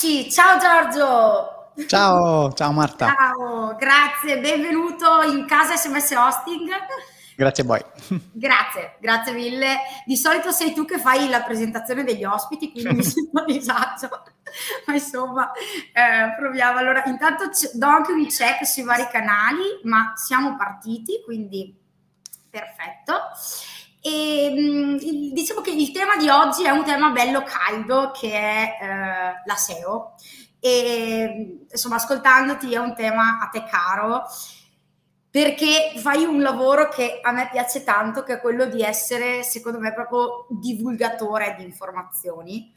Eccoci, ciao Giorgio! Ciao Marta, Ciao, grazie, benvenuto in casa SMS Hosting. grazie a voi. Grazie mille. Di solito sei tu che fai la presentazione degli ospiti, quindi mi sento a disagio, ma insomma, proviamo. Allora, intanto do anche un check sui vari canali, ma siamo partiti, quindi perfetto. E diciamo che il tema di oggi è un tema bello caldo, che è la SEO. E insomma, ascoltandoti è un tema a te caro, perché fai un lavoro che a me piace tanto, che è quello di essere, secondo me, proprio divulgatore di informazioni.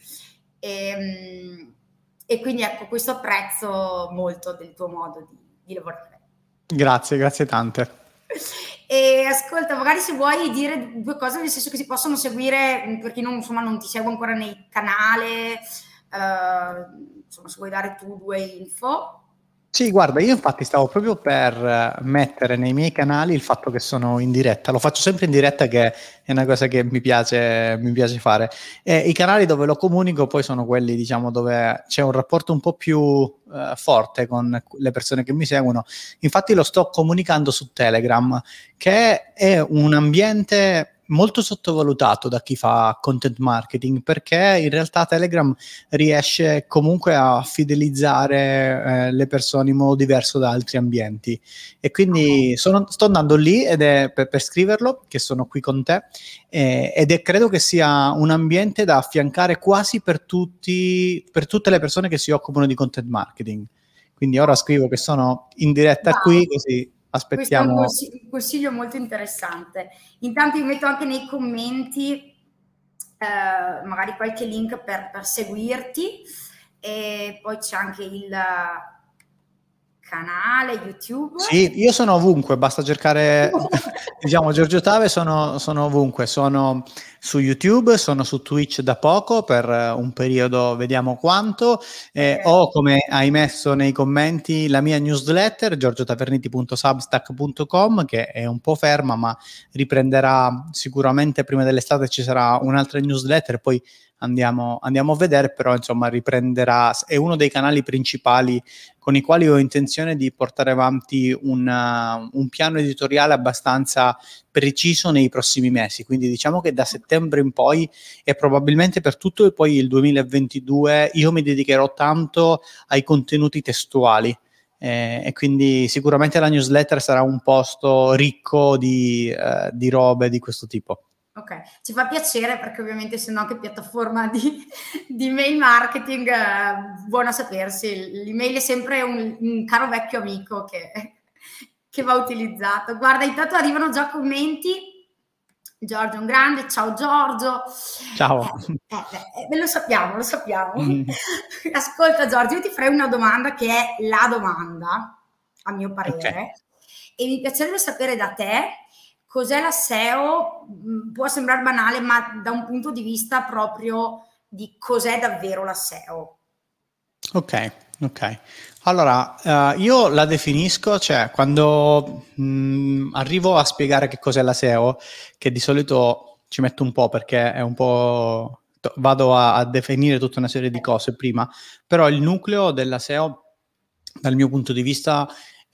E quindi ecco, questo apprezzo molto del tuo modo di lavorare. Grazie tante. E ascolta, magari se vuoi dire due cose, nel senso che si possono seguire per chi non, insomma, non ti segue ancora nel canale, insomma, se vuoi dare tu due info. Sì, guarda, io infatti stavo proprio per mettere nei miei canali il fatto che sono in diretta. Lo faccio sempre in diretta, che è una cosa che mi piace fare. E i canali dove lo comunico poi sono quelli, diciamo, dove c'è un rapporto un po' più forte con le persone che mi seguono. Infatti lo sto comunicando su Telegram, che è un ambiente molto sottovalutato da chi fa content marketing, perché in realtà Telegram riesce comunque a fidelizzare le persone in modo diverso da altri ambienti, e quindi sto andando lì ed è per scriverlo che sono qui con te, ed è, credo che sia un ambiente da affiancare quasi per tutte le persone che si occupano di content marketing. Quindi ora scrivo che sono in diretta qui, così aspettiamo. Questo è un consiglio molto interessante. Intanto io metto anche nei commenti magari qualche link per seguirti, e poi c'è anche il canale YouTube. Sì, io sono ovunque, basta cercare, diciamo, Giorgio Tave, sono ovunque, sono su YouTube, sono su Twitch da poco, per un periodo, vediamo quanto, ho, come hai messo nei commenti, la mia newsletter, giorgiotaverniti.substack.com, che è un po' ferma, ma riprenderà sicuramente prima dell'estate. Ci sarà un'altra newsletter, poi andiamo a vedere, però insomma riprenderà, è uno dei canali principali con i quali ho intenzione di portare avanti un piano editoriale abbastanza preciso nei prossimi mesi, quindi diciamo che da settembre in poi, e probabilmente per tutto poi il 2022, io mi dedicherò tanto ai contenuti testuali, e quindi sicuramente la newsletter sarà un posto ricco di robe di questo tipo. Ok, ci fa piacere, perché ovviamente essendo anche piattaforma di mail marketing, buono a sapersi, l'email è sempre un caro vecchio amico che va utilizzato. Guarda, intanto arrivano già commenti. Giorgio è un grande, ciao Giorgio. Ciao. Lo sappiamo. Ascolta Giorgio, io ti farei una domanda che è la domanda, a mio parere, okay. E mi piacerebbe sapere da te cos'è la SEO. Può sembrare banale, ma da un punto di vista proprio di cos'è davvero la SEO. Ok. Allora, io la definisco, cioè quando arrivo a spiegare che cos'è la SEO, che di solito ci metto un po', perché è un po', vado a definire tutta una serie di cose prima, però il nucleo della SEO, dal mio punto di vista,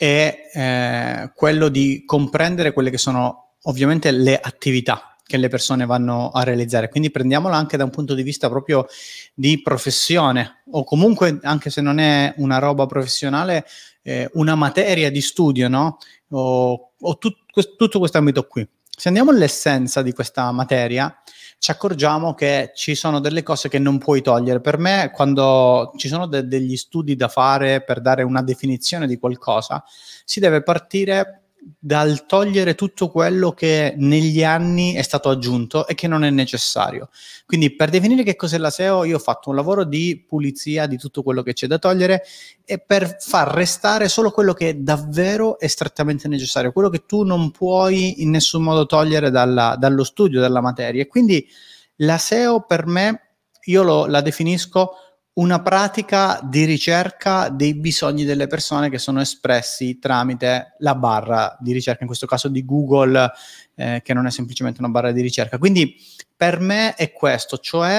è quello di comprendere quelle che sono ovviamente le attività che le persone vanno a realizzare. Quindi prendiamola anche da un punto di vista proprio di professione, o comunque, anche se non è una roba professionale, una materia di studio, no? O tutto questo ambito qui. Se andiamo all'essenza di questa materia, ci accorgiamo che ci sono delle cose che non puoi togliere. Per me, quando ci sono degli studi da fare per dare una definizione di qualcosa, si deve partire dal togliere tutto quello che negli anni è stato aggiunto e che non è necessario. Quindi, per definire che cos'è la SEO, io ho fatto un lavoro di pulizia di tutto quello che c'è da togliere, e per far restare solo quello che davvero è strettamente necessario, quello che tu non puoi in nessun modo togliere dallo studio della materia. E quindi la SEO, per me, io la definisco una pratica di ricerca dei bisogni delle persone, che sono espressi tramite la barra di ricerca, in questo caso di Google, che non è semplicemente una barra di ricerca. Quindi per me è questo, cioè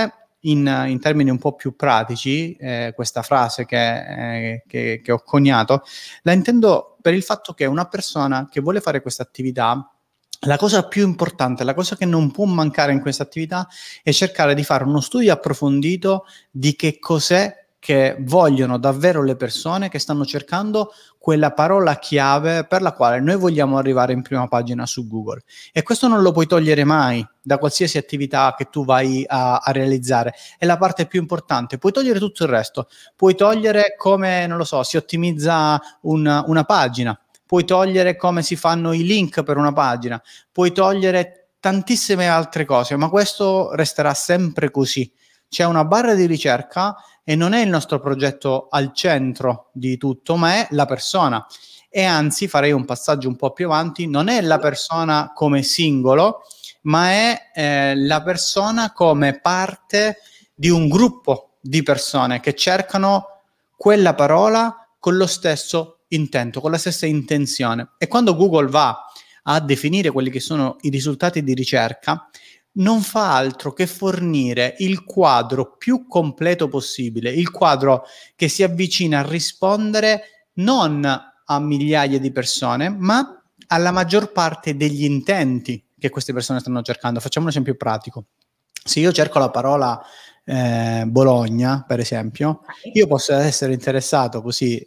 in termini un po' più pratici, questa frase che ho coniato, la intendo per il fatto che una persona che vuole fare questa attività, la cosa più importante, la cosa che non può mancare in questa attività è cercare di fare uno studio approfondito di che cos'è che vogliono davvero le persone che stanno cercando quella parola chiave per la quale noi vogliamo arrivare in prima pagina su Google. E questo non lo puoi togliere mai da qualsiasi attività che tu vai a realizzare. È la parte più importante. Puoi togliere tutto il resto. Puoi togliere come, non lo so, si ottimizza una pagina. Puoi togliere come si fanno i link per una pagina. Puoi togliere tantissime altre cose, ma questo resterà sempre così. C'è una barra di ricerca e non è il nostro progetto al centro di tutto, ma è la persona. E anzi, farei un passaggio un po' più avanti, non è la persona come singolo, ma è la persona come parte di un gruppo di persone che cercano quella parola con lo stesso intento, con la stessa intenzione. E quando Google va a definire quelli che sono i risultati di ricerca, non fa altro che fornire il quadro più completo possibile, il quadro che si avvicina a rispondere non a migliaia di persone, ma alla maggior parte degli intenti che queste persone stanno cercando. Facciamo un esempio pratico. Se io cerco la parola Bologna, per esempio, io posso essere interessato così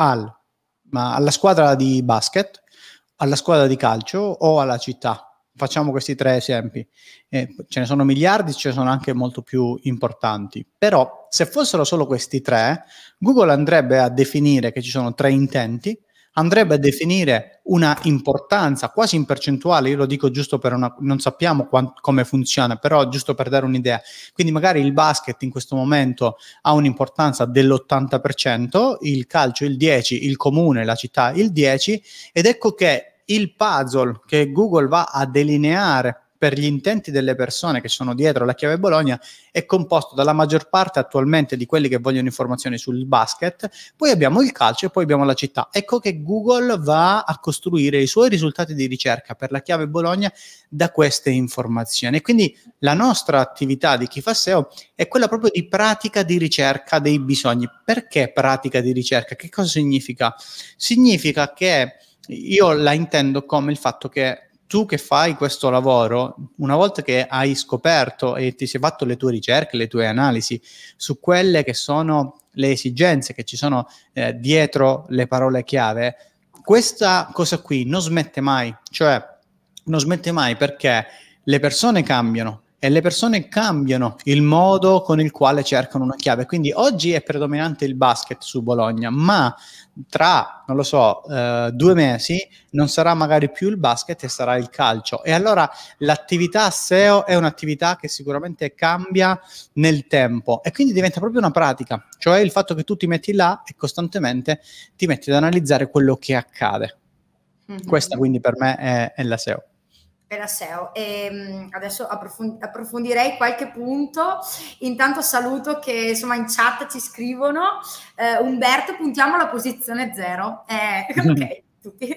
alla squadra di basket, alla squadra di calcio o alla città. Facciamo questi 3 esempi. Ce ne sono miliardi, ce ne sono anche molto più importanti. Però, se fossero solo questi 3, Google andrebbe a definire che ci sono 3 intenti, andrebbe a definire una importanza quasi in percentuale, io lo dico giusto per non sappiamo come funziona, però giusto per dare un'idea. Quindi magari il basket in questo momento ha un'importanza dell'80%, il calcio il 10%, il comune, la città il 10%, ed ecco che il puzzle che Google va a delineare per gli intenti delle persone che sono dietro la chiave Bologna è composto dalla maggior parte attualmente di quelli che vogliono informazioni sul basket, poi abbiamo il calcio e poi abbiamo la città. Ecco che Google va a costruire i suoi risultati di ricerca per la chiave Bologna da queste informazioni. E quindi la nostra attività di chi fa SEO è quella proprio di pratica di ricerca dei bisogni. Perché pratica di ricerca? Che cosa significa? Significa che io la intendo come il fatto che tu che fai questo lavoro, una volta che hai scoperto e ti sei fatto le tue ricerche, le tue analisi su quelle che sono le esigenze che ci sono dietro le parole chiave, questa cosa qui non smette mai, cioè non smette mai perché le persone cambiano e le persone cambiano il modo con il quale cercano una chiave. Quindi oggi è predominante il basket su Bologna, ma tra, non lo so, 2 mesi non sarà magari più il basket e sarà il calcio. E allora l'attività SEO è un'attività che sicuramente cambia nel tempo e quindi diventa proprio una pratica, cioè il fatto che tu ti metti là e costantemente ti metti ad analizzare quello che accade. Mm-hmm. Questa quindi per me è la SEO. La SEO. E adesso approfondirei qualche punto. Intanto saluto che insomma in chat ci scrivono Umberto, puntiamo alla posizione 0. Ok, tutti.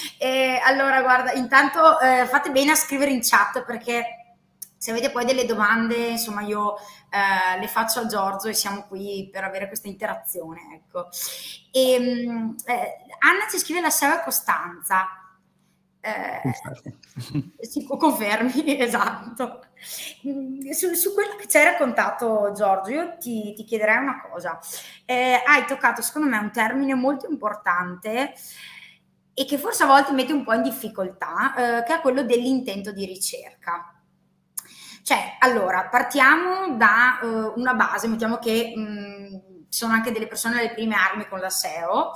Allora guarda, intanto fate bene a scrivere in chat, perché se avete poi delle domande, insomma io le faccio a Giorgio e siamo qui per avere questa interazione, ecco. Anna ci scrive: la SEO è costanza. Sì, confermi, esatto. Su quello che ci hai raccontato, Giorgio, io ti chiederei una cosa. Hai toccato, secondo me, un termine molto importante e che forse a volte mette un po' in difficoltà, che è quello dell'intento di ricerca. Cioè, allora, partiamo da una base, mettiamo che ci sono anche delle persone alle prime armi con la SEO.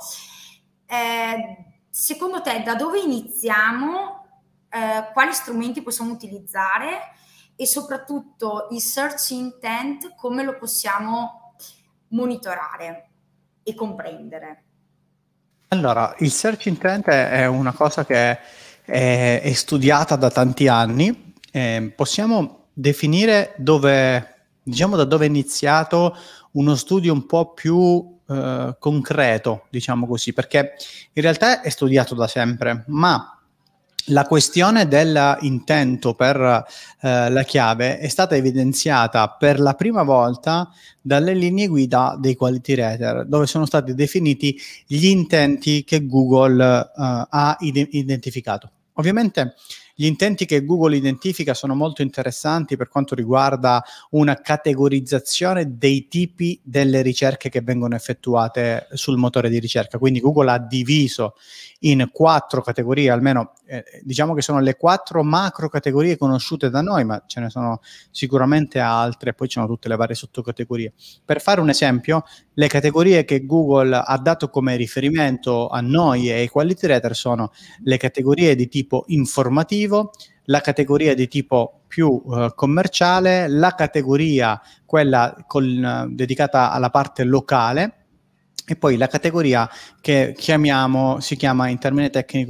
Secondo te da dove iniziamo, quali strumenti possiamo utilizzare e soprattutto il search intent come lo possiamo monitorare e comprendere? Allora, il search intent è una cosa che è studiata da tanti anni. Possiamo definire diciamo da dove è iniziato uno studio un po' più concreto, diciamo così, perché in realtà è studiato da sempre, ma la questione dell'intento per la chiave è stata evidenziata per la prima volta dalle linee guida dei quality rater, dove sono stati definiti gli intenti che Google ha identificato. Ovviamente gli intenti che Google identifica sono molto interessanti per quanto riguarda una categorizzazione dei tipi delle ricerche che vengono effettuate sul motore di ricerca. Quindi Google ha diviso in 4 categorie, almeno diciamo che sono le 4 macro categorie conosciute da noi, ma ce ne sono sicuramente altre, poi ci sono tutte le varie sottocategorie. Per fare un esempio, le categorie che Google ha dato come riferimento a noi e ai quality rater sono le categorie di tipo informativo, la categoria di tipo più commerciale, la categoria quella dedicata alla parte locale, e poi la categoria che si chiama in termine tecnico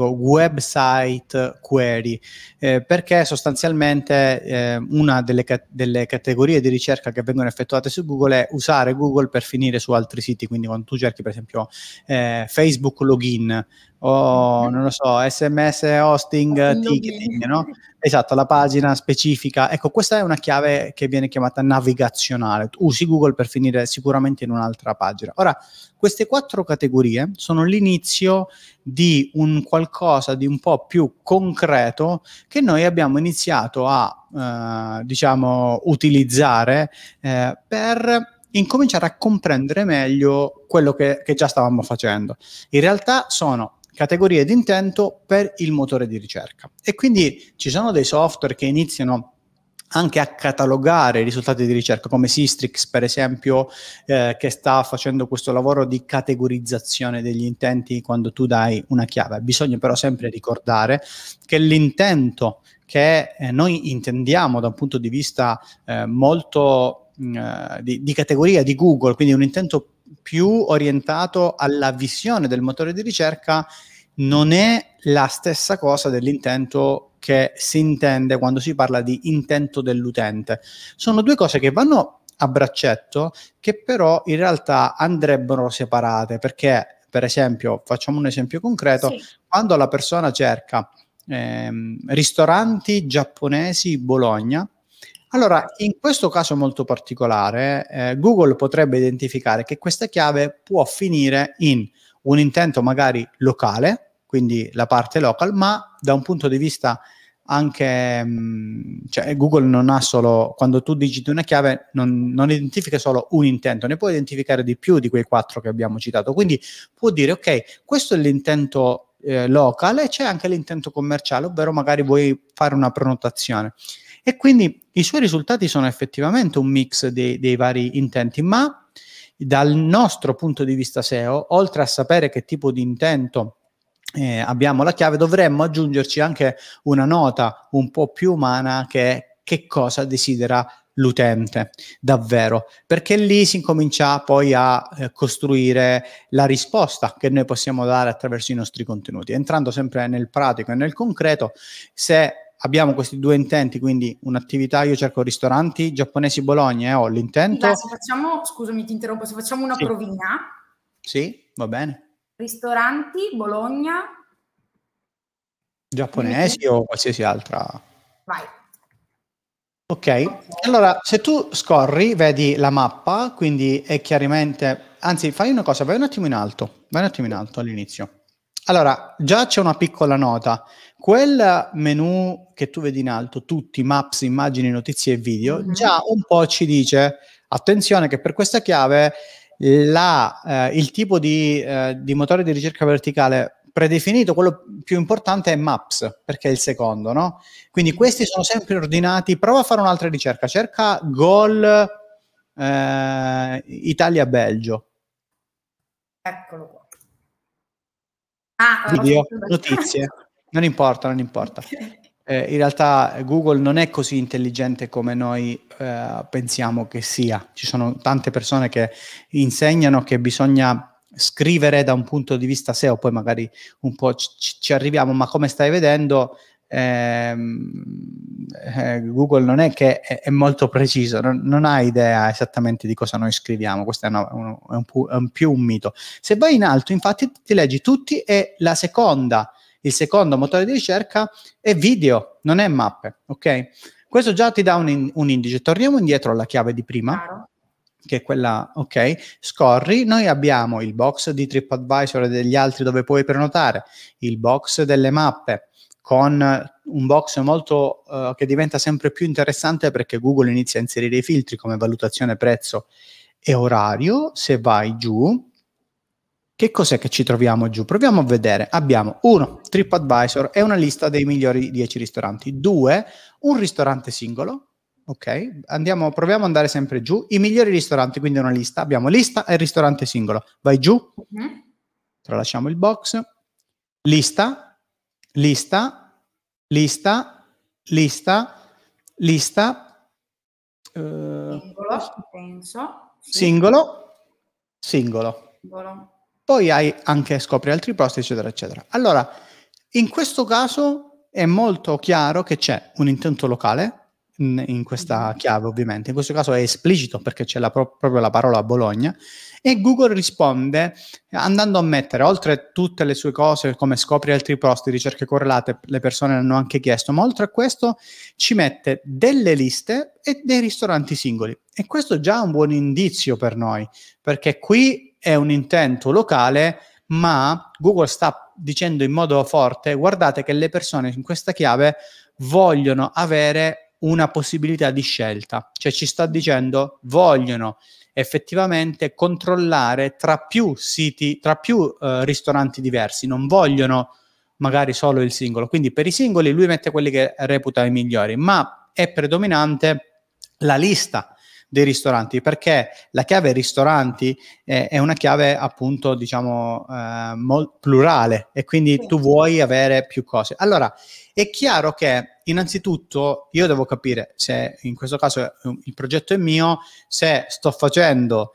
website query, perché sostanzialmente una delle categorie di ricerca che vengono effettuate su Google è usare Google per finire su altri siti. Quindi quando tu cerchi per esempio Facebook login o non lo so, SMS hosting ticketing, no? Esatto, la pagina specifica. Ecco, questa è una chiave che viene chiamata navigazionale. Tu usi Google per finire sicuramente in un'altra pagina. Ora, queste 4 categorie sono l'inizio di un qualcosa di un po' più concreto che noi abbiamo iniziato a, diciamo, utilizzare per incominciare a comprendere meglio quello che già stavamo facendo. In realtà sono categorie di intento per il motore di ricerca, e quindi ci sono dei software che iniziano anche a catalogare i risultati di ricerca, come Sistrix per esempio, che sta facendo questo lavoro di categorizzazione degli intenti quando tu dai una chiave. Bisogna però sempre ricordare che l'intento che noi intendiamo da un punto di vista molto di categoria di Google, quindi un intento più orientato alla visione del motore di ricerca, non è la stessa cosa dell'intento che si intende quando si parla di intento dell'utente. Sono 2 cose che vanno a braccetto, che però in realtà andrebbero separate, perché per esempio, facciamo un esempio concreto, sì. Quando la persona cerca ristoranti giapponesi Bologna, allora in questo caso molto particolare Google potrebbe identificare che questa chiave può finire in un intento magari locale, quindi la parte local, ma da un punto di vista anche, cioè Google non ha solo, quando tu digiti una chiave non identifica solo un intento, ne può identificare di più di quei 4 che abbiamo citato, quindi può dire ok, questo è l'intento locale, c'è anche l'intento commerciale, ovvero magari vuoi fare una prenotazione, e quindi i suoi risultati sono effettivamente un mix dei vari intenti, ma dal nostro punto di vista SEO, oltre a sapere che tipo di intento abbiamo la chiave, dovremmo aggiungerci anche una nota un po' più umana, che cosa desidera l'utente davvero, perché lì si incomincia poi a costruire la risposta che noi possiamo dare attraverso i nostri contenuti. Entrando sempre nel pratico e nel concreto, se abbiamo questi 2 intenti, quindi un'attività, io cerco ristoranti giapponesi Bologna e ho l'intento... Se facciamo, scusami ti interrompo, se facciamo una provina. Sì, va bene. Ristoranti Bologna giapponesi o qualsiasi altra. Vai. Ok, allora se tu scorri vedi la mappa, quindi è chiaramente, anzi fai una cosa, vai un attimo in alto all'inizio. Allora, già c'è una piccola nota, quel menu che tu vedi in alto, tutti, maps, immagini, notizie e video, già un po' ci dice, attenzione che per questa chiave il tipo di motore di ricerca verticale predefinito, quello più importante è Maps, perché è il secondo, no? Quindi questi sono sempre ordinati. Prova a fare un'altra ricerca, cerca gol Italia-Belgio. Eccolo qua. Video, notizie, non importa. In realtà Google non è così intelligente come noi pensiamo che sia. Ci sono tante persone che insegnano che bisogna scrivere da un punto di vista SEO, poi magari un po' ci arriviamo, ma come stai vedendo Google non è che è molto preciso, non ha idea esattamente di cosa noi scriviamo. Questo è più un mito. Se vai in alto, infatti, ti leggi tutti, e il Il secondo motore di ricerca è video, non è mappe, ok? Questo già ti dà un indice. Torniamo indietro alla chiave di prima, Chiaro. che è quella, ok, scorri. Noi abbiamo il box di TripAdvisor e degli altri dove puoi prenotare, il box delle mappe, con un box molto che diventa sempre più interessante perché Google inizia a inserire i filtri come valutazione prezzo e orario. Se vai giù, che cos'è che ci troviamo giù? Proviamo a vedere. Abbiamo 1, TripAdvisor e una lista dei migliori 10 ristoranti. 2, un ristorante singolo. Ok, proviamo ad andare sempre giù. I migliori ristoranti, quindi una lista. Abbiamo lista e ristorante singolo. Vai giù, tralasciamo il box. Lista, lista, lista, lista, lista. Singolo, penso. Sì. Singolo, singolo. Singolo. Poi hai anche scopri altri posti, eccetera, eccetera. Allora, in questo caso è molto chiaro che c'è un intento locale in questa chiave, ovviamente. In questo caso è esplicito perché c'è proprio la parola Bologna, e Google risponde andando a mettere, oltre tutte le sue cose come scopri altri posti, ricerche correlate, le persone hanno anche chiesto, ma oltre a questo ci mette delle liste e dei ristoranti singoli. E questo già è un buon indizio per noi, perché qui è un intento locale, ma Google sta dicendo in modo forte: guardate che le persone in questa chiave vogliono avere una possibilità di scelta, cioè ci sta dicendo vogliono effettivamente controllare tra più siti, tra più ristoranti diversi, non vogliono magari solo il singolo. Quindi per i singoli lui mette quelli che reputa i migliori, ma è predominante la lista dei ristoranti, perché la chiave ristoranti è una chiave appunto diciamo plurale, e quindi tu vuoi avere più cose. Allora è chiaro che innanzitutto io devo capire se in questo caso il progetto è mio, se sto facendo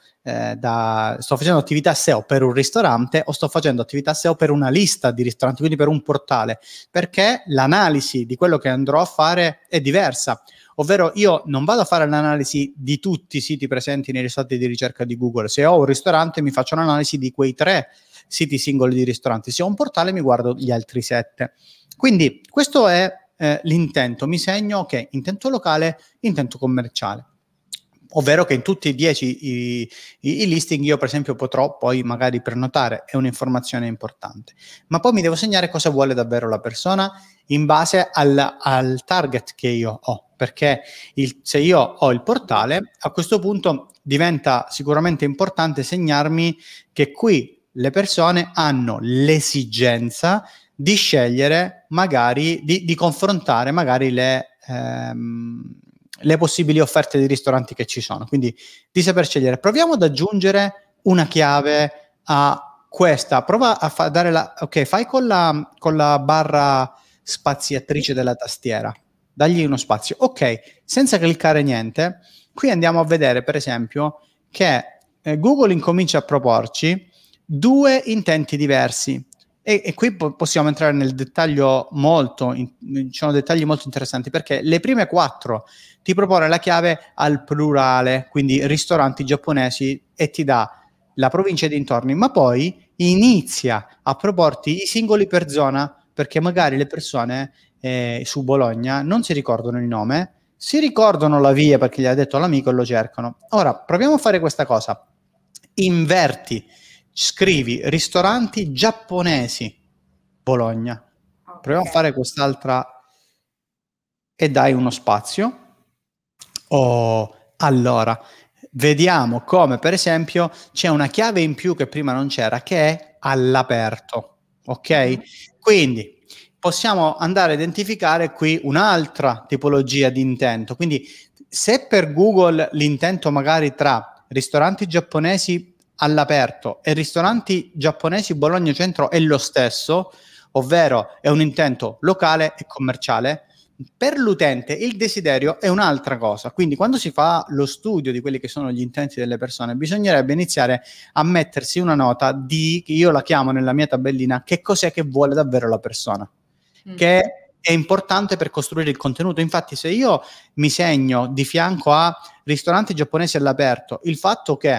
attività SEO per un ristorante o sto facendo attività SEO per una lista di ristoranti, quindi per un portale, perché l'analisi di quello che andrò a fare è diversa. Ovvero io non vado a fare l'analisi di tutti i siti presenti nei risultati di ricerca di Google. Se ho un ristorante mi faccio un'analisi di quei 3 siti singoli di ristoranti. Se ho un portale mi guardo gli altri 7. Quindi questo è l'intento. Mi segno che intento locale, intento commerciale. Ovvero che in tutti e 10 i listing io per esempio potrò poi magari prenotare, è un'informazione importante. Ma poi mi devo segnare cosa vuole davvero la persona in base al target che io ho. Perché se io ho il portale, a questo punto diventa sicuramente importante segnarmi che qui le persone hanno l'esigenza di scegliere magari, di confrontare magari le possibili offerte di ristoranti che ci sono, quindi di saper scegliere. Proviamo ad aggiungere una chiave a questa, prova a dare ok, fai con la barra spaziatrice della tastiera, dagli uno spazio, ok, senza cliccare niente. Qui andiamo a vedere per esempio che Google incomincia a proporci 2 intenti diversi, e qui possiamo entrare nel dettaglio ci sono dettagli molto interessanti, perché le prime 4 ti propone la chiave al plurale, quindi ristoranti giapponesi, e ti dà la provincia e dintorni, ma poi inizia a proporti i singoli per zona, perché magari le persone su Bologna non si ricordano il nome, si ricordano la via perché gli ha detto l'amico e lo cercano. Ora proviamo a fare questa cosa: inverti, scrivi ristoranti giapponesi Bologna, proviamo a fare quest'altra e dai uno spazio. Allora vediamo come per esempio c'è una chiave in più che prima non c'era, che è all'aperto, ok? Quindi possiamo andare a identificare qui un'altra tipologia di intento. Quindi se per Google l'intento magari tra ristoranti giapponesi all'aperto e ristoranti giapponesi Bologna Centro è lo stesso, ovvero è un intento locale e commerciale, per l'utente il desiderio è un'altra cosa. Quindi quando si fa lo studio di quelli che sono gli intenti delle persone, bisognerebbe iniziare a mettersi una nota che io la chiamo nella mia tabellina, che cos'è che vuole davvero la persona, che è importante per costruire il contenuto. Infatti se io mi segno di fianco a ristoranti giapponesi all'aperto il fatto che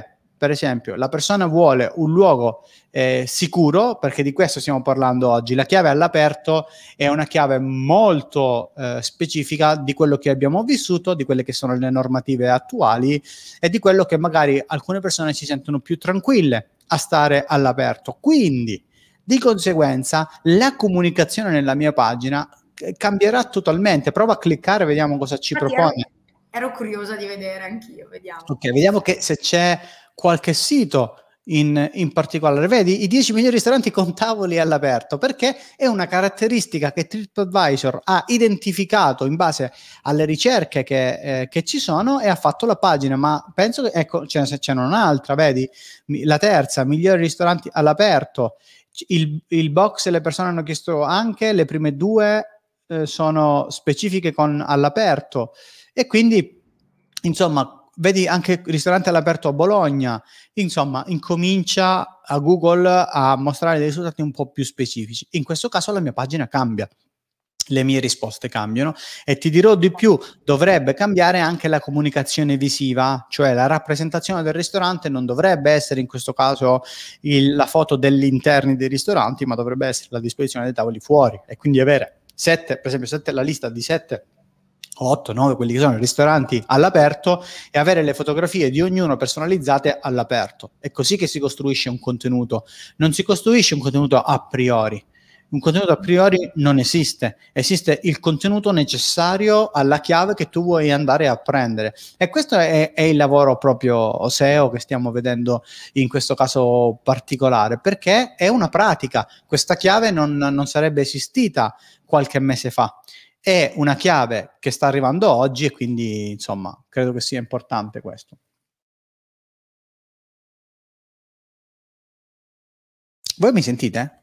per esempio, la persona vuole un luogo sicuro, perché di questo stiamo parlando oggi. La chiave all'aperto è una chiave molto specifica di quello che abbiamo vissuto, di quelle che sono le normative attuali e di quello che magari alcune persone si sentono più tranquille a stare all'aperto. Quindi, di conseguenza, la comunicazione nella mia pagina cambierà totalmente. Prova a cliccare, vediamo cosa ci Infatti propone. ero curiosa di vedere anch'io, vediamo. Ok, vediamo che se c'è qualche sito in particolare. Vedi, i 10 migliori ristoranti con tavoli all'aperto, perché è una caratteristica che TripAdvisor ha identificato in base alle ricerche che ci sono e ha fatto la pagina. Ma penso che, ecco, ce n'è un'altra, vedi, la terza, migliori ristoranti all'aperto. Il box, le persone hanno chiesto anche, le prime due sono specifiche con all'aperto e quindi insomma vedi anche il ristorante all'aperto a Bologna, insomma incomincia a Google a mostrare dei risultati un po' più specifici. In questo caso la mia pagina cambia, le mie risposte cambiano e ti dirò di più, dovrebbe cambiare anche la comunicazione visiva, cioè la rappresentazione del ristorante non dovrebbe essere in questo caso la foto degli interni dei ristoranti, ma dovrebbe essere la disposizione dei tavoli fuori e quindi avere la lista di 7 8, 9, quelli che sono i ristoranti all'aperto e avere le fotografie di ognuno personalizzate all'aperto. È così che si costruisce un contenuto. Non si costruisce un contenuto a priori. Un contenuto a priori non esiste. Esiste il contenuto necessario alla chiave che tu vuoi andare a prendere. E questo è il lavoro proprio SEO che stiamo vedendo in questo caso particolare, perché è una pratica. Questa chiave non sarebbe esistita qualche mese fa. È una chiave che sta arrivando oggi e quindi, insomma, credo che sia importante questo. Voi mi sentite?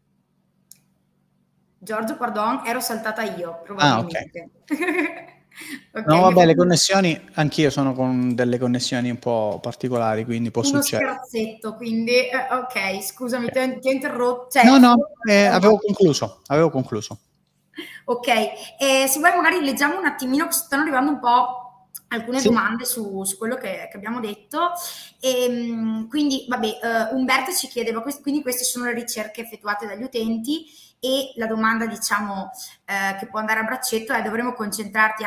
Giorgio, pardon, ero saltata io, probabilmente. Ok. No, vabbè, le connessioni, anch'io sono con delle connessioni un po' particolari, quindi può succedere. Uno scherzetto, quindi, ok, scusami, ti ho interrotto. Cioè, No, avevo concluso. Ok, se vuoi magari leggiamo un attimino, stanno arrivando un po' alcune domande su quello che abbiamo detto. Quindi, vabbè, Umberto ci chiedeva, quindi queste sono le ricerche effettuate dagli utenti e la domanda, diciamo, che può andare a braccetto è: dovremmo concentrarci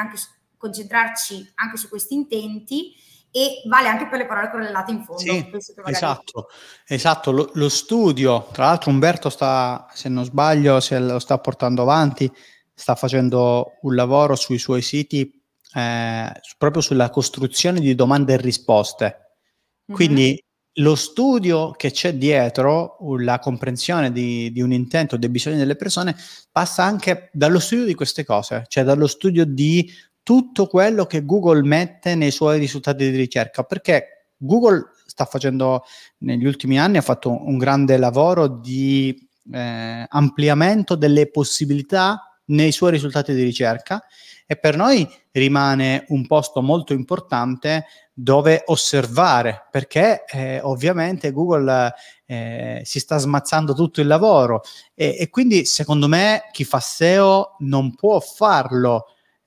anche su questi intenti, e vale anche per le parole correlate in fondo. Sì, Penso che magari... esatto. Lo studio, tra l'altro Umberto se non sbaglio, se lo sta portando avanti, sta facendo un lavoro sui suoi siti proprio sulla costruzione di domande e risposte. Quindi lo studio che c'è dietro, la comprensione di un intento, dei bisogni delle persone, passa anche dallo studio di queste cose, cioè dallo studio di tutto quello che Google mette nei suoi risultati di ricerca, perché Google sta facendo, negli ultimi anni, ha fatto un grande lavoro di ampliamento delle possibilità nei suoi risultati di ricerca e per noi rimane un posto molto importante dove osservare, perché ovviamente Google si sta smazzando tutto il lavoro e quindi secondo me chi fa SEO non può farlo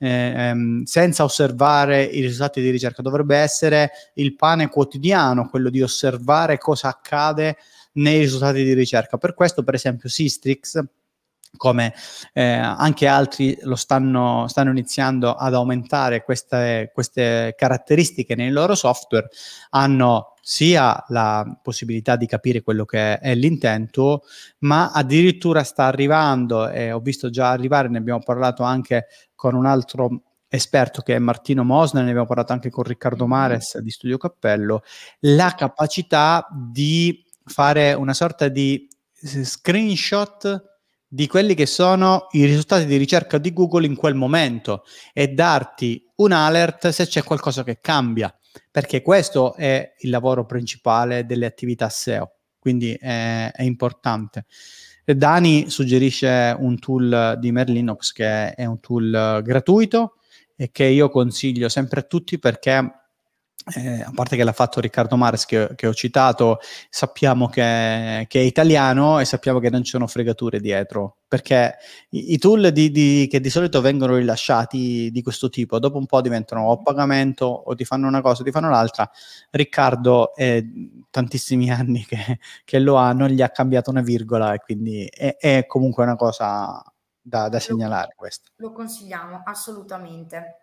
senza osservare i risultati di ricerca. Dovrebbe essere il pane quotidiano, quello di osservare cosa accade nei risultati di ricerca. Per questo, per esempio, Sistrix, come anche altri lo stanno iniziando ad aumentare queste caratteristiche nei loro software, hanno sia la possibilità di capire quello che è l'intento, ma addirittura sta arrivando, e ho visto già arrivare, ne abbiamo parlato anche con un altro esperto che è Martino Mosner, ne abbiamo parlato anche con Riccardo Mares di Studio Cappello, la capacità di fare una sorta di screenshot di quelli che sono i risultati di ricerca di Google in quel momento e darti un alert se c'è qualcosa che cambia, perché questo è il lavoro principale delle attività SEO, quindi è importante. Dani suggerisce un tool di Merlinox che è un tool gratuito e che io consiglio sempre a tutti perché a parte che l'ha fatto Riccardo Mares che ho citato, sappiamo che è italiano e sappiamo che non ci sono fregature dietro, perché i tool che di solito vengono rilasciati di questo tipo, dopo un po' diventano o pagamento o ti fanno una cosa o ti fanno l'altra. Riccardo è tantissimi anni che lo ha, non gli ha cambiato una virgola e quindi è comunque una cosa da segnalare questa. Lo consigliamo assolutamente.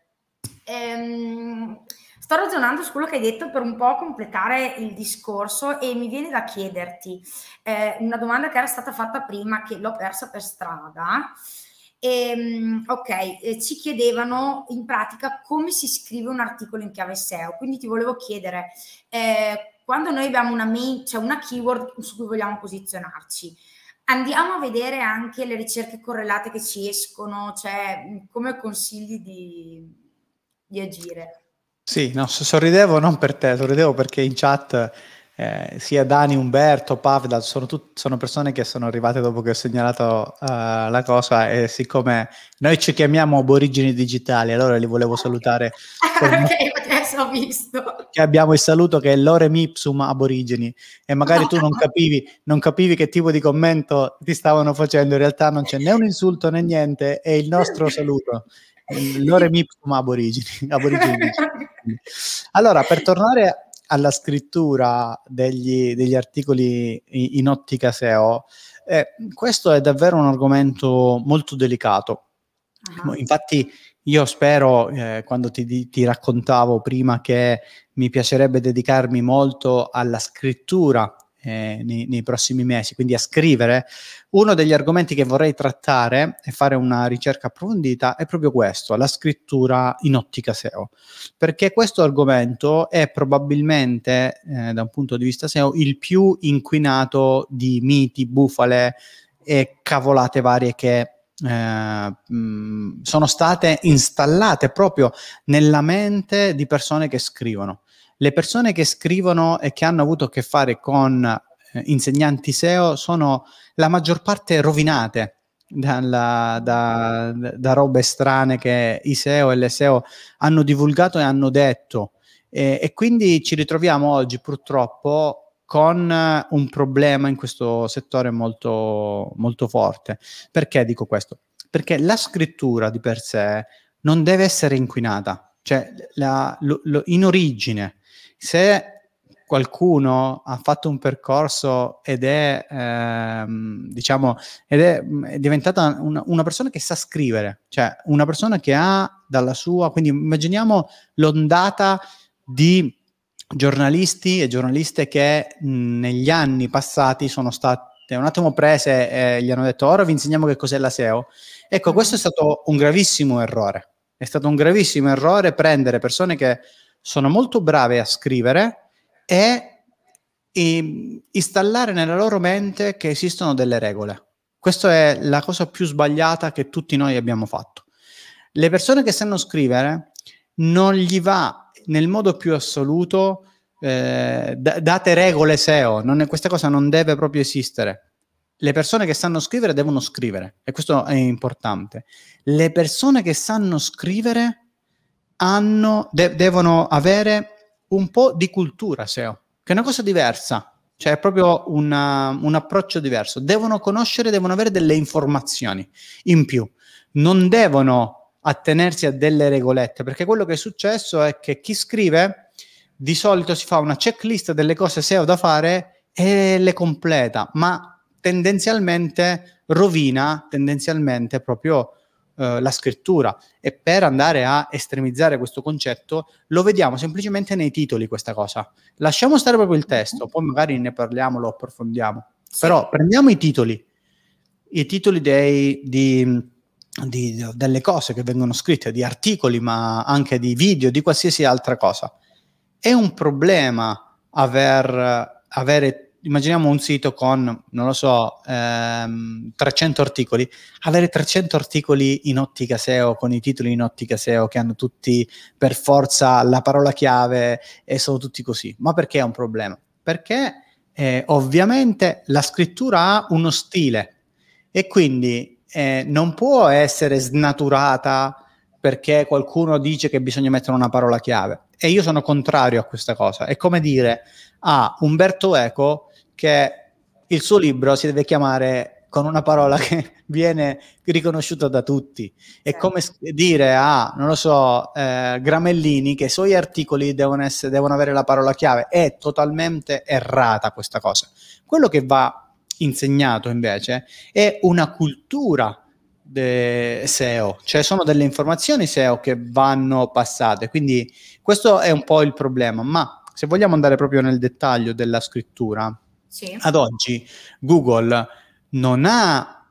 Sto ragionando su quello che hai detto per un po' completare il discorso e mi viene da chiederti una domanda che era stata fatta prima, che l'ho persa per strada. Ci chiedevano in pratica come si scrive un articolo in chiave SEO, quindi ti volevo chiedere, quando noi abbiamo una keyword su cui vogliamo posizionarci, andiamo a vedere anche le ricerche correlate che ci escono, cioè come consigli di agire? Sì, no, sorridevo non per te, sorridevo perché in chat sia Dani, Umberto, Pavda sono persone che sono arrivate dopo che ho segnalato la cosa, e siccome noi ci chiamiamo aborigeni digitali, allora li volevo salutare. Ok, adesso ho visto. Che abbiamo il saluto che è lorem ipsum aborigeni, e magari tu non capivi che tipo di commento ti stavano facendo, in realtà non c'è né un insulto né niente, è il nostro saluto. Lorem ipsum aborigeni. Allora, per tornare alla scrittura degli articoli in ottica SEO, questo è davvero un argomento molto delicato. Uh-huh. Infatti io spero, quando ti raccontavo prima che mi piacerebbe dedicarmi molto alla scrittura nei prossimi mesi, quindi a scrivere, uno degli argomenti che vorrei trattare e fare una ricerca approfondita è proprio questo, la scrittura in ottica SEO, perché questo argomento è probabilmente, da un punto di vista SEO, il più inquinato di miti, bufale e cavolate varie che sono state installate proprio nella mente di persone che scrivono. Le persone che scrivono e che hanno avuto a che fare con insegnanti SEO sono la maggior parte rovinate da robe strane che i SEO e le SEO hanno divulgato e hanno detto, e quindi ci ritroviamo oggi purtroppo con un problema in questo settore molto, molto forte. Perché dico questo? Perché la scrittura di per sé non deve essere inquinata, cioè in origine, se qualcuno ha fatto un percorso ed è diventata una persona che sa scrivere, cioè una persona che ha dalla sua, quindi immaginiamo l'ondata di giornalisti e giornaliste che negli anni passati sono state un attimo prese e gli hanno detto ora vi insegniamo che cos'è la SEO. Ecco, questo è stato un gravissimo errore. È stato un gravissimo errore prendere persone che sono molto brave a scrivere e installare nella loro mente che esistono delle regole. Questa è la cosa più sbagliata che tutti noi abbiamo fatto. Le persone che sanno scrivere non gli va nel modo più assoluto date regole SEO, questa cosa non deve proprio esistere. Le persone che sanno scrivere devono scrivere, e questo è importante. Le persone che sanno scrivere devono avere un po' di cultura SEO, che è una cosa diversa, cioè è proprio un approccio diverso. Devono conoscere, devono avere delle informazioni in più, non devono attenersi a delle regolette, perché quello che è successo è che chi scrive di solito si fa una checklist delle cose SEO da fare e le completa, ma tendenzialmente rovina proprio la scrittura. E per andare a estremizzare questo concetto lo vediamo semplicemente nei titoli. Questa cosa lasciamo stare proprio il testo, poi magari ne parliamo, lo approfondiamo, però prendiamo i titoli delle cose che vengono scritte, di articoli, ma anche di video, di qualsiasi altra cosa. È un problema avere, immaginiamo un sito con, non lo so, 300 articoli, avere 300 articoli in ottica SEO, con i titoli in ottica SEO che hanno tutti per forza la parola chiave e sono tutti così. Ma perché è un problema? Perché ovviamente la scrittura ha uno stile e quindi non può essere snaturata perché qualcuno dice che bisogna mettere una parola chiave. E io sono contrario a questa cosa. È come dire a Umberto Eco che il suo libro si deve chiamare con una parola che viene riconosciuta da tutti. È come dire a, non lo so, Gramellini che i suoi articoli devono avere la parola chiave. È totalmente errata questa cosa. Quello che va insegnato invece è una cultura SEO, cioè sono delle informazioni SEO che vanno passate, quindi questo è un po' il problema. Ma se vogliamo andare proprio nel dettaglio della scrittura, ad oggi Google non ha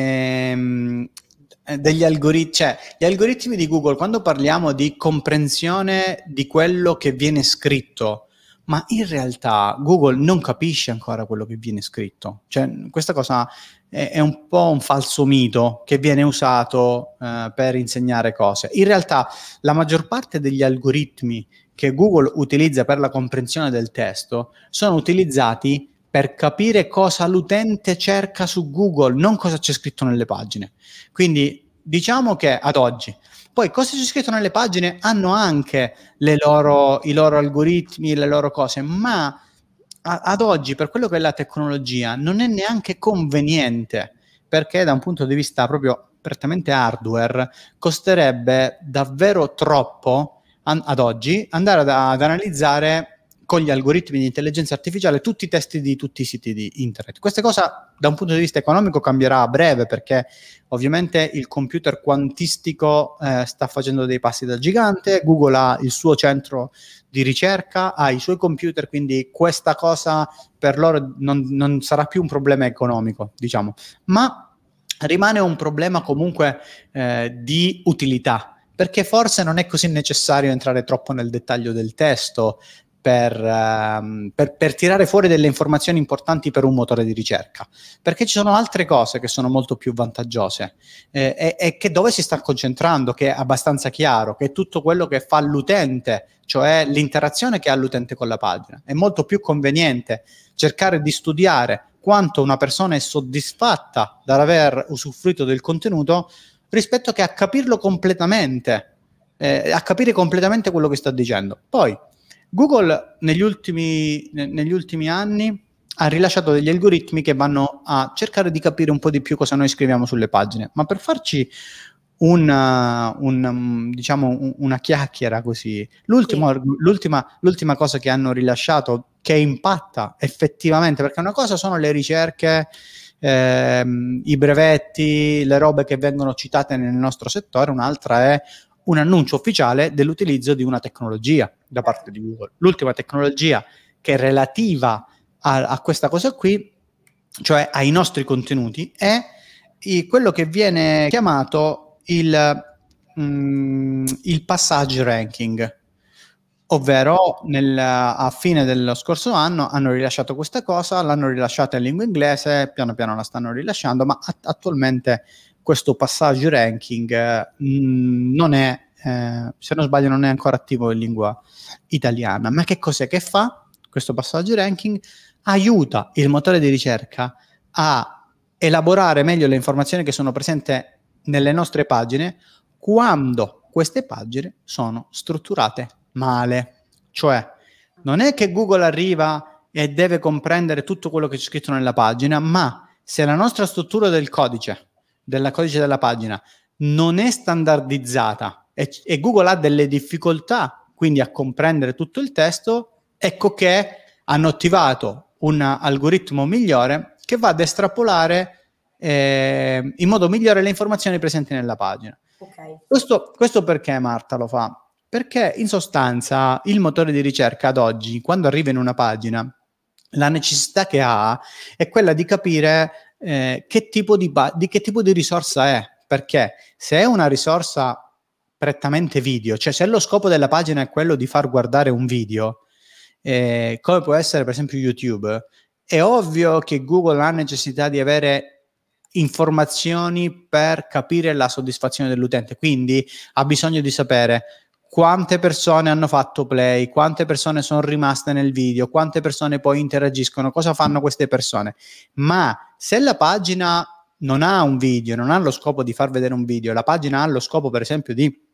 degli algoritmi, cioè gli algoritmi di Google, quando parliamo di comprensione di quello che viene scritto, ma in realtà Google non capisce ancora quello che viene scritto. Cioè, questa cosa è un po' un falso mito che viene usato per insegnare cose. In realtà la maggior parte degli algoritmi che Google utilizza per la comprensione del testo sono utilizzati per capire cosa l'utente cerca su Google, non cosa c'è scritto nelle pagine. Quindi diciamo che ad oggi, poi cosa c'è scritto nelle pagine hanno anche i loro algoritmi, le loro cose, ma ad oggi, per quello che è la tecnologia, non è neanche conveniente, perché da un punto di vista proprio prettamente hardware, costerebbe davvero troppo ad oggi andare ad analizzare con gli algoritmi di intelligenza artificiale tutti i testi di tutti i siti di internet. Questa cosa da un punto di vista economico cambierà a breve, perché ovviamente il computer quantistico sta facendo dei passi da gigante, Google ha il suo centro di ricerca, ha i suoi computer, quindi questa cosa per loro non sarà più un problema economico, diciamo, ma rimane un problema comunque di utilità, perché forse non è così necessario entrare troppo nel dettaglio del testo per tirare fuori delle informazioni importanti per un motore di ricerca, perché ci sono altre cose che sono molto più vantaggiose e che dove si sta concentrando, che è abbastanza chiaro, che è tutto quello che fa l'utente, cioè l'interazione che ha l'utente con la pagina. È molto più conveniente cercare di studiare quanto una persona è soddisfatta dall'aver usufruito del contenuto rispetto che a capirlo completamente, a capire completamente quello che sta dicendo. Poi Google negli ultimi anni ha rilasciato degli algoritmi che vanno a cercare di capire un po' di più cosa noi scriviamo sulle pagine, ma per farci una chiacchiera così, l'ultima cosa che hanno rilasciato che impatta effettivamente, perché una cosa sono le ricerche, i brevetti, le robe che vengono citate nel nostro settore, un'altra è un annuncio ufficiale dell'utilizzo di una tecnologia da parte di Google. L'ultima tecnologia che è relativa a questa cosa qui, cioè ai nostri contenuti, è quello che viene chiamato il passage ranking, ovvero a fine dello scorso anno hanno rilasciato questa cosa, l'hanno rilasciata in lingua inglese, piano piano la stanno rilasciando, ma attualmente questo passage ranking non è, se non sbaglio, non è ancora attivo in lingua italiana. Ma che cos'è che fa questo passage ranking? Aiuta il motore di ricerca a elaborare meglio le informazioni che sono presenti nelle nostre pagine quando queste pagine sono strutturate male. Cioè, non è che Google arriva e deve comprendere tutto quello che c'è scritto nella pagina, ma se la nostra struttura del codice della pagina non è standardizzata e Google ha delle difficoltà quindi a comprendere tutto il testo, ecco che hanno attivato un algoritmo migliore che va ad estrapolare in modo migliore le informazioni presenti nella pagina. Okay. Questo perché Marta lo fa? Perché in sostanza il motore di ricerca ad oggi, quando arriva in una pagina, la necessità che ha è quella di capire che tipo di risorsa è, perché se è una risorsa prettamente video, cioè se lo scopo della pagina è quello di far guardare un video, come può essere per esempio YouTube, è ovvio che Google ha necessità di avere informazioni per capire la soddisfazione dell'utente, quindi ha bisogno di sapere quante persone hanno fatto play, quante persone sono rimaste nel video, quante persone poi interagiscono, cosa fanno queste persone. Ma se la pagina non ha un video, non ha lo scopo di far vedere un video, la pagina ha lo scopo per esempio di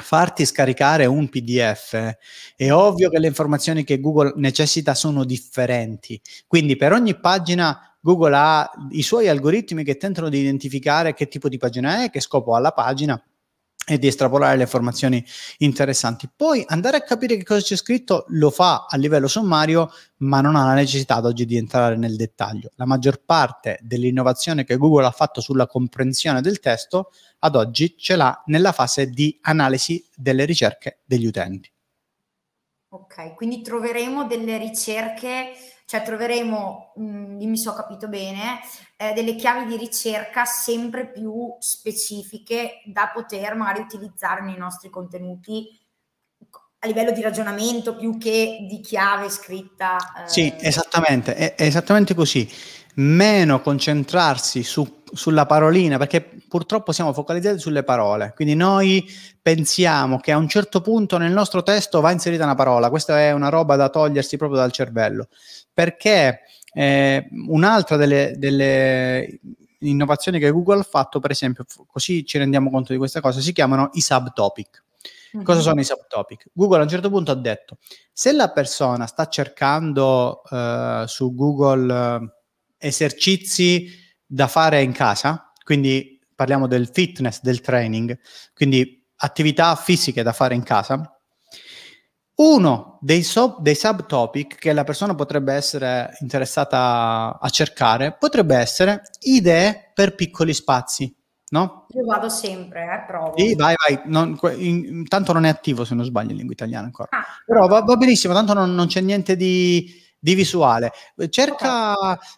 farti scaricare un PDF, è ovvio che le informazioni che Google necessita sono differenti. Quindi per ogni pagina Google ha i suoi algoritmi che tentano di identificare che tipo di pagina è, che scopo ha la pagina e di estrapolare le informazioni interessanti. Poi andare a capire che cosa c'è scritto lo fa a livello sommario, ma non ha la necessità ad oggi di entrare nel dettaglio. La maggior parte dell'innovazione che Google ha fatto sulla comprensione del testo ad oggi ce l'ha nella fase di analisi delle ricerche degli utenti. Ok, quindi troveremo delle ricerche, cioè troveremo, dimmi se ho capito bene, delle chiavi di ricerca sempre più specifiche da poter magari utilizzare nei nostri contenuti a livello di ragionamento più che di chiave scritta. Sì, esattamente, è esattamente così. Meno concentrarsi sulla parolina, perché purtroppo siamo focalizzati sulle parole. Quindi noi pensiamo che a un certo punto nel nostro testo va inserita una parola. Questa è una roba da togliersi proprio dal cervello. Perché un'altra delle innovazioni che Google ha fatto, per esempio, così ci rendiamo conto di questa cosa, si chiamano i subtopic. Cosa sono i subtopic? Google a un certo punto ha detto: se la persona sta cercando su Google esercizi da fare in casa, quindi parliamo del fitness, del training, quindi attività fisiche da fare in casa, uno dei subtopic che la persona potrebbe essere interessata a cercare potrebbe essere idee per piccoli spazi, no? Io vado sempre, provo. Sì, vai. Tanto non è attivo, se non sbaglio, in lingua italiana ancora. Però no. va benissimo, tanto non c'è niente di visuale. Cerca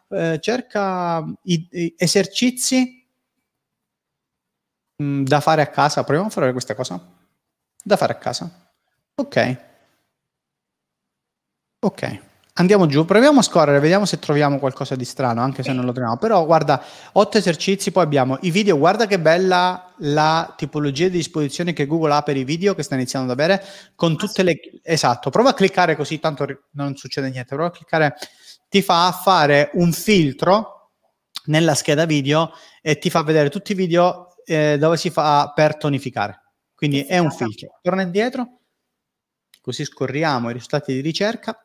esercizi da fare a casa. Proviamo a fare questa cosa. Da fare a casa. Ok. Andiamo giù, proviamo a scorrere, vediamo se troviamo qualcosa di strano, anche se non lo troviamo. Però guarda, 8 esercizi, poi abbiamo i video. Guarda che bella la tipologia di disposizione che Google ha per i video, che sta iniziando ad avere, con tutte le... Esatto, prova a cliccare così, tanto non succede niente. Prova a cliccare, ti fa fare un filtro nella scheda video e ti fa vedere tutti i video dove si fa per tonificare. Quindi è un filtro. Torna indietro, così scorriamo i risultati di ricerca.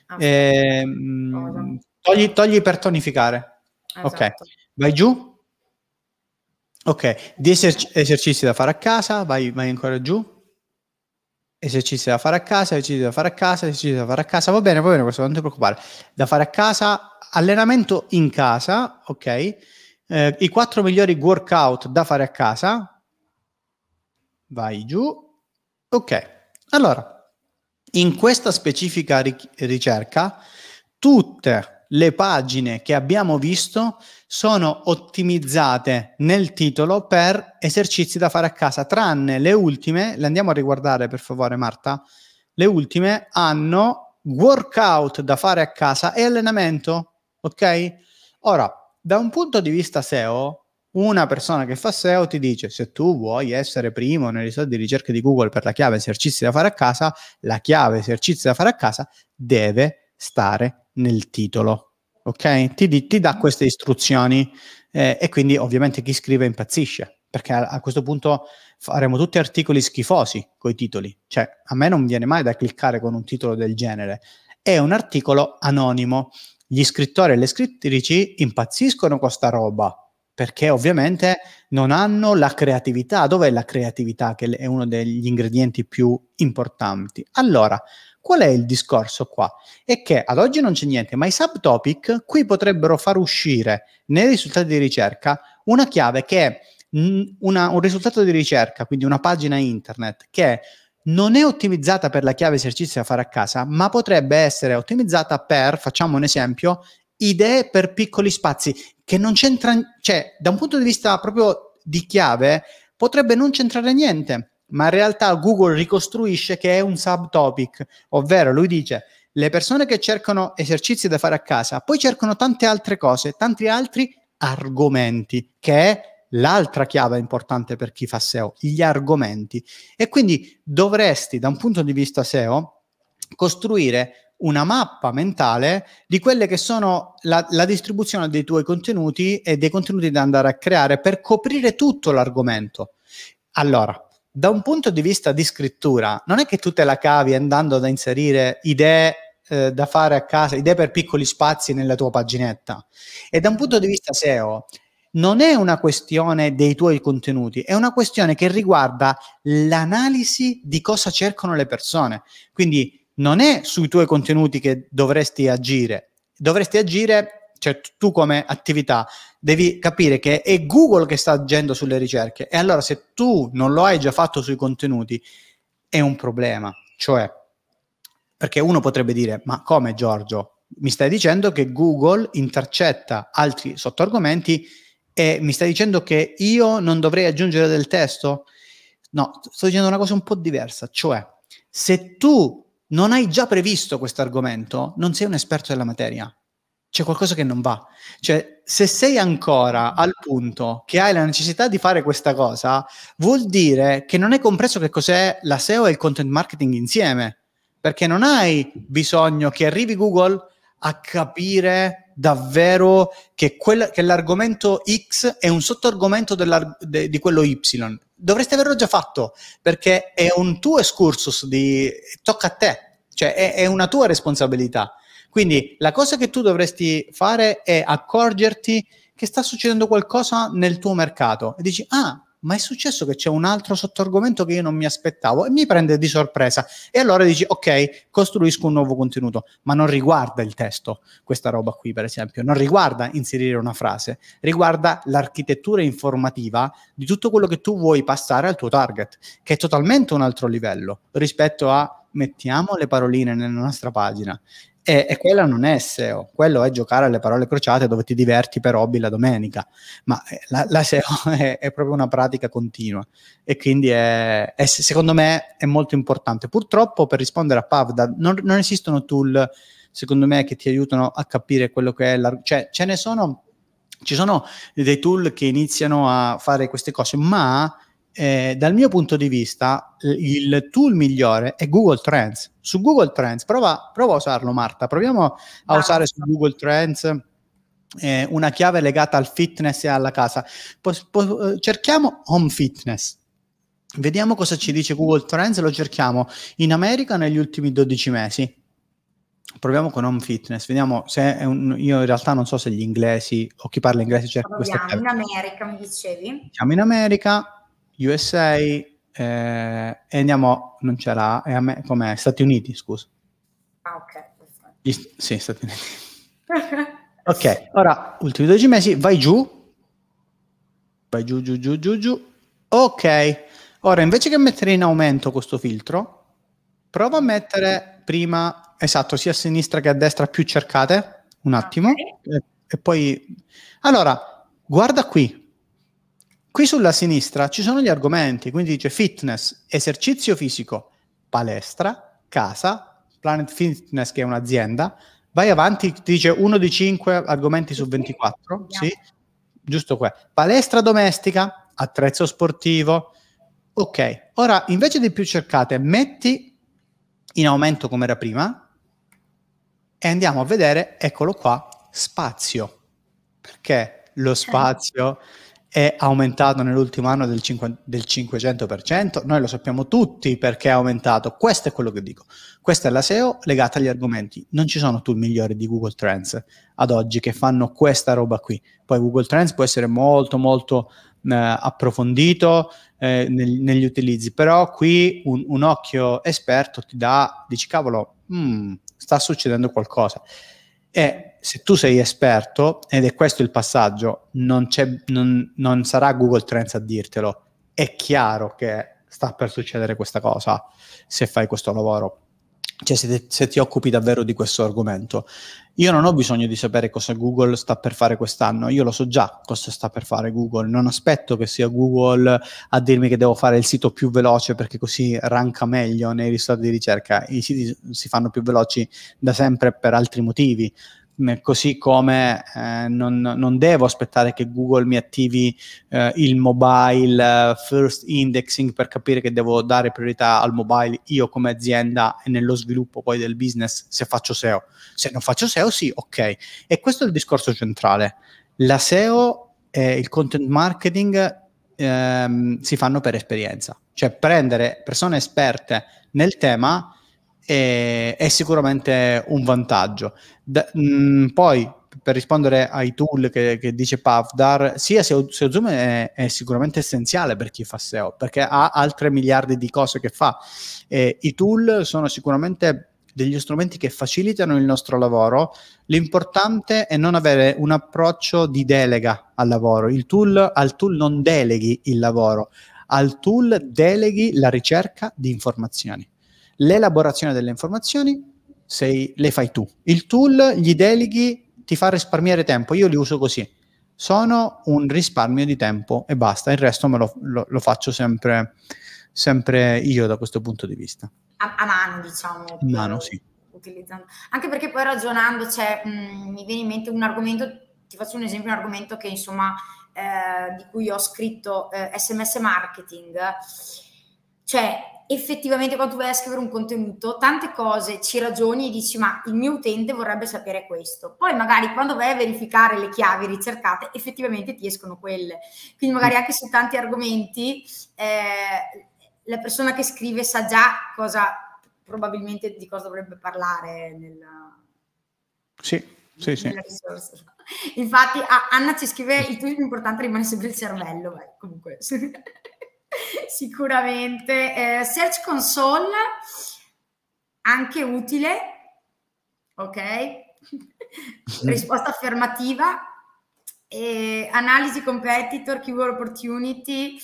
Togli per tonificare. Esatto. Ok, vai giù. Ok, di esercizi da fare a casa, vai ancora giù. Esercizi da fare a casa, esercizi da fare a casa, esercizi da fare a casa. Va bene, questo non ti preoccupare. Da fare a casa, allenamento in casa, ok. I 4 migliori workout da fare a casa. Vai giù. Ok, allora, in questa specifica ricerca, tutte le pagine che abbiamo visto sono ottimizzate nel titolo per esercizi da fare a casa, tranne le ultime, le andiamo a riguardare per favore Marta, le ultime hanno workout da fare a casa e allenamento, ok? Ora, da un punto di vista SEO, una persona che fa SEO ti dice: se tu vuoi essere primo nei risultati di ricerca di Google per la chiave esercizi da fare a casa, la chiave esercizi da fare a casa deve stare nel titolo, ok? Ti dà queste istruzioni e quindi ovviamente chi scrive impazzisce, perché a questo punto faremo tutti articoli schifosi coi titoli, cioè a me non viene mai da cliccare con un titolo del genere, è un articolo anonimo, gli scrittori e le scrittrici impazziscono con sta roba, perché ovviamente non hanno la creatività. Dov'è la creatività, che è uno degli ingredienti più importanti? Allora, qual è il discorso qua? È che ad oggi non c'è niente, ma i subtopic qui potrebbero far uscire nei risultati di ricerca una chiave che è un risultato di ricerca, quindi una pagina internet che non è ottimizzata per la chiave esercizi da fare a casa, ma potrebbe essere ottimizzata per, facciamo un esempio, idee per piccoli spazi, che non c'entra, cioè da un punto di vista proprio di chiave potrebbe non c'entrare niente, ma in realtà Google ricostruisce che è un subtopic, ovvero lui dice: le persone che cercano esercizi da fare a casa poi cercano tante altre cose, tanti altri argomenti, che è l'altra chiave importante per chi fa SEO, gli argomenti. E quindi dovresti, da un punto di vista SEO, costruire una mappa mentale di quelle che sono la distribuzione dei tuoi contenuti e dei contenuti da andare a creare per coprire tutto l'argomento. Allora, da un punto di vista di scrittura, non è che tu te la cavi andando ad inserire idee da fare a casa, idee per piccoli spazi nella tua paginetta. E da un punto di vista SEO, non è una questione dei tuoi contenuti, è una questione che riguarda l'analisi di cosa cercano le persone. Quindi non è sui tuoi contenuti che dovresti agire, cioè tu come attività devi capire che è Google che sta agendo sulle ricerche, e allora se tu non lo hai già fatto sui contenuti è un problema. Cioè, perché uno potrebbe dire, ma come Giorgio? Mi stai dicendo che Google intercetta altri sottoargomenti e mi stai dicendo che io non dovrei aggiungere del testo? No, sto dicendo una cosa un po' diversa, cioè se tu non hai già previsto questo argomento, non sei un esperto della materia. C'è qualcosa che non va. Cioè, se sei ancora al punto che hai la necessità di fare questa cosa, vuol dire che non hai compreso che cos'è la SEO e il content marketing insieme, perché non hai bisogno che arrivi Google a capire davvero che l'argomento X è un sottoargomento di quello Y. Dovresti averlo già fatto, perché è un tuo excursus tocca a te, cioè è una tua responsabilità. Quindi la cosa che tu dovresti fare è accorgerti che sta succedendo qualcosa nel tuo mercato e dici, ma è successo che c'è un altro sottoargomento che io non mi aspettavo e mi prende di sorpresa, e allora dici, ok, costruisco un nuovo contenuto, ma non riguarda il testo, questa roba qui per esempio, non riguarda inserire una frase, riguarda l'architettura informativa di tutto quello che tu vuoi passare al tuo target, che è totalmente un altro livello rispetto a mettiamo le paroline nella nostra pagina. E quella non è SEO, quello è giocare alle parole crociate dove ti diverti per hobby la domenica, ma la SEO è proprio una pratica continua, e quindi secondo me è molto importante. Purtroppo, per rispondere a Pavda, non esistono tool, secondo me, che ti aiutano a capire quello che è cioè ci sono dei tool che iniziano a fare queste cose, ma dal mio punto di vista il tool migliore è Google Trends. Su Google Trends prova a usarlo, Marta, proviamo a usare su Google Trends una chiave legata al fitness e alla casa. Cerchiamo home fitness, vediamo cosa ci dice Google Trends, lo cerchiamo in America negli ultimi 12 mesi. Proviamo con home fitness, vediamo se io in realtà non so se gli inglesi o chi parla inglese cerca questa chiave. In America, mi dicevi? Siamo in America, USA, e andiamo, non ce l'ha, com'è? Stati Uniti, scusa. Ok. Sì, Stati Uniti. Ok, ora, ultimi 12 mesi, vai giù. Ok, ora invece che mettere in aumento questo filtro, prova a mettere prima, esatto, sia a sinistra che a destra più cercate, un attimo, e poi, allora, guarda qui. Qui sulla sinistra ci sono gli argomenti, quindi dice fitness, esercizio fisico, palestra, casa, Planet Fitness che è un'azienda, vai avanti, ti dice 1 di 5 argomenti su 24, sì, giusto qua, palestra domestica, attrezzo sportivo, ok, ora invece di più cercate metti in aumento come era prima e andiamo a vedere, eccolo qua, spazio, perché lo spazio è aumentato nell'ultimo anno del 500%, noi lo sappiamo tutti perché è aumentato, questo è quello che dico, questa è la SEO legata agli argomenti, non ci sono tool migliori di Google Trends ad oggi che fanno questa roba qui, poi Google Trends può essere molto molto approfondito negli utilizzi, però qui un occhio esperto ti dici cavolo, sta succedendo qualcosa. E se tu sei esperto, ed è questo il passaggio, non sarà Google Trends a dirtelo, è chiaro che sta per succedere questa cosa se fai questo lavoro, cioè se ti occupi davvero di questo argomento. Io non ho bisogno di sapere cosa Google sta per fare quest'anno, io lo so già cosa sta per fare Google, non aspetto che sia Google a dirmi che devo fare il sito più veloce perché così ranka meglio nei risultati di ricerca. I siti si fanno più veloci da sempre per altri motivi, così come non devo aspettare che Google mi attivi il mobile first indexing per capire che devo dare priorità al mobile io come azienda e nello sviluppo poi del business se faccio SEO. Se non faccio SEO sì, ok. E questo è il discorso centrale. La SEO e il content marketing si fanno per esperienza. cioè prendere persone esperte nel tema è sicuramente un vantaggio. Poi, per rispondere ai tool che dice Pavdar, sì, SEO Zoom è sicuramente essenziale per chi fa SEO, perché ha altre miliardi di cose che fa. I tool sono sicuramente degli strumenti che facilitano il nostro lavoro. L'importante è non avere un approccio di delega al lavoro. Al tool non deleghi il lavoro, al tool deleghi la ricerca di informazioni. L'elaborazione delle informazioni le fai tu. Il tool gli deleghi, ti fa risparmiare tempo. Io li uso così. Sono un risparmio di tempo e basta. Il resto lo faccio sempre io da questo punto di vista. A mano, diciamo. A mano, sì. Utilizzando. Anche perché poi ragionando, mi viene in mente un argomento, ti faccio un esempio, un argomento che insomma di cui ho scritto, SMS marketing. Cioè, effettivamente quando tu vai a scrivere un contenuto, tante cose ci ragioni e dici ma il mio utente vorrebbe sapere questo. Poi magari quando vai a verificare le chiavi ricercate, effettivamente ti escono quelle. Quindi magari anche su tanti argomenti la persona che scrive sa già probabilmente di cosa dovrebbe parlare Sì. Risorse. Infatti Anna ci scrive il tuo importante rimane sempre il cervello. Comunque sicuramente Search Console anche utile, ok. Risposta affermativa, analisi competitor, keyword opportunity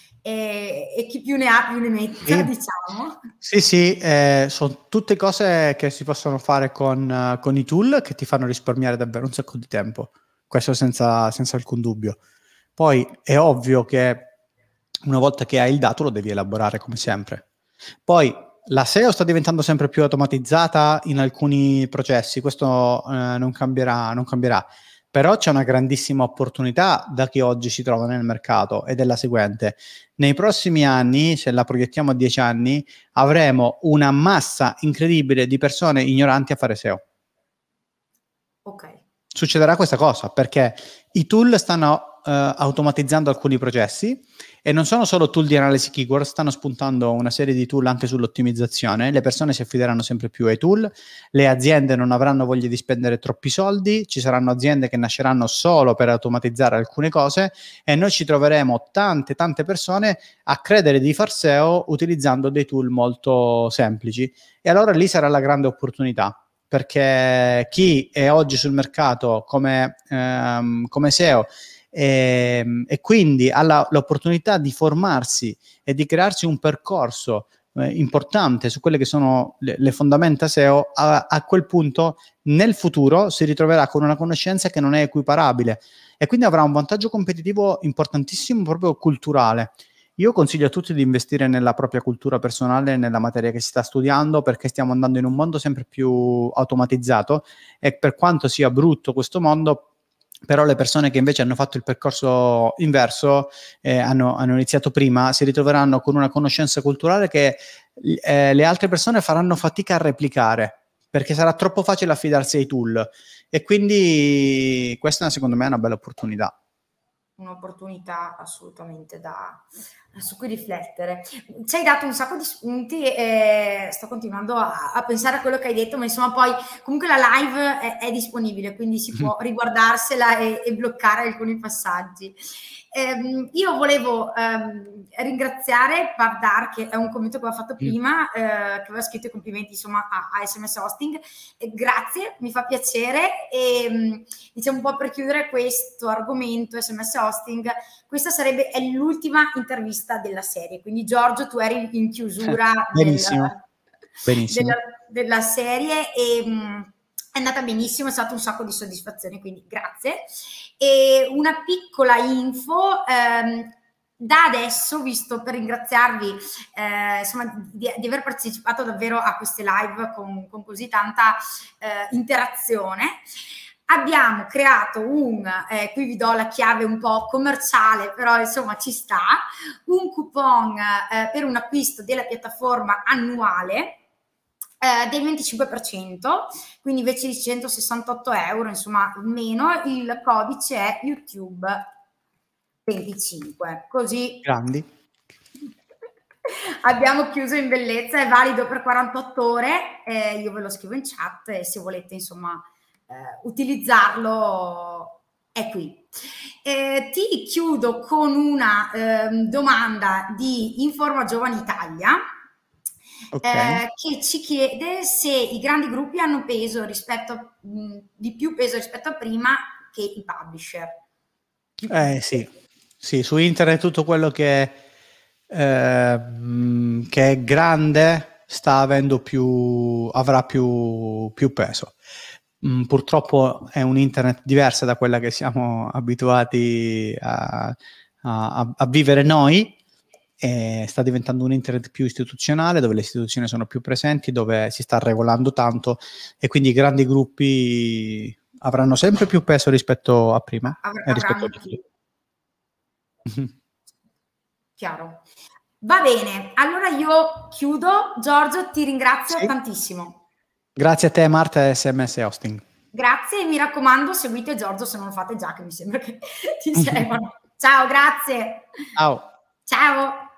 e chi più ne ha più ne metta, diciamo. Sì, sono tutte cose che si possono fare con i tool che ti fanno risparmiare davvero un sacco di tempo, questo senza alcun dubbio. Poi è ovvio che una volta che hai il dato lo devi elaborare come sempre. Poi la SEO sta diventando sempre più automatizzata in alcuni processi, questo non cambierà. Però c'è una grandissima opportunità da chi oggi si trova nel mercato ed è la seguente. Nei prossimi anni, se la proiettiamo a 10 anni, avremo una massa incredibile di persone ignoranti a fare SEO. Ok. Succederà questa cosa perché i tool stanno automatizzando alcuni processi e non sono solo tool di analisi keyword, stanno spuntando una serie di tool anche sull'ottimizzazione. Le persone si affideranno sempre più ai tool, le aziende non avranno voglia di spendere troppi soldi, ci saranno aziende che nasceranno solo per automatizzare alcune cose e noi ci troveremo tante persone a credere di far SEO utilizzando dei tool molto semplici e allora lì sarà la grande opportunità. Perché chi è oggi sul mercato come SEO e quindi ha l'opportunità di formarsi e di crearsi un percorso importante su quelle che sono le fondamenta SEO, a quel punto nel futuro si ritroverà con una conoscenza che non è equiparabile e quindi avrà un vantaggio competitivo importantissimo proprio culturale. Io consiglio a tutti di investire nella propria cultura personale, nella materia che si sta studiando, perché stiamo andando in un mondo sempre più automatizzato e per quanto sia brutto questo mondo, però le persone che invece hanno fatto il percorso inverso, hanno iniziato prima, si ritroveranno con una conoscenza culturale che le altre persone faranno fatica a replicare, perché sarà troppo facile affidarsi ai tool e quindi questa secondo me è una bella opportunità. Un'opportunità assolutamente su cui riflettere. Ci hai dato un sacco di spunti e sto continuando a pensare a quello che hai detto, ma insomma poi comunque la live è disponibile, quindi si può riguardarsela e bloccare alcuni passaggi. Io volevo ringraziare Pavdar, che è un commento che aveva fatto prima, che aveva scritto i complimenti insomma a SMS Hosting. Grazie, mi fa piacere e diciamo un po' per chiudere questo argomento SMS Hosting, questa è l'ultima intervista della serie, quindi Giorgio tu eri in chiusura della serie e è andata benissimo, è stato un sacco di soddisfazione, quindi grazie. E una piccola info, da adesso, visto per ringraziarvi insomma, di aver partecipato davvero a queste live con così tanta interazione, abbiamo creato qui vi do la chiave un po' commerciale, però insomma ci sta, un coupon per un acquisto della piattaforma annuale del 25%, quindi invece di 168 euro, insomma meno, il codice è YouTube 25, così grandi. Abbiamo chiuso in bellezza, è valido per 48 ore, io ve lo scrivo in chat e se volete insomma utilizzarlo è qui. Ti chiudo con una domanda di Informa Giovani Italia, Ok. che ci chiede se i grandi gruppi hanno peso rispetto, di più peso rispetto a prima che i publisher. Sì. Sì, su internet tutto quello che è grande sta avendo avrà più peso. Purtroppo è un internet diversa da quella che siamo abituati a vivere noi, e sta diventando un internet più istituzionale, dove le istituzioni sono più presenti, dove si sta regolando tanto, e quindi i grandi gruppi avranno sempre più peso rispetto a prima e rispetto a Avranno più. piccoli. Chiaro. Va bene, allora io chiudo. Giorgio, ti ringrazio Sì. tantissimo. Grazie a te, Marta, e SMS Hosting. Grazie e mi raccomando, seguite Giorgio se non lo fate già, che mi sembra che ti seguano. Ciao, grazie. Ciao. Ciao.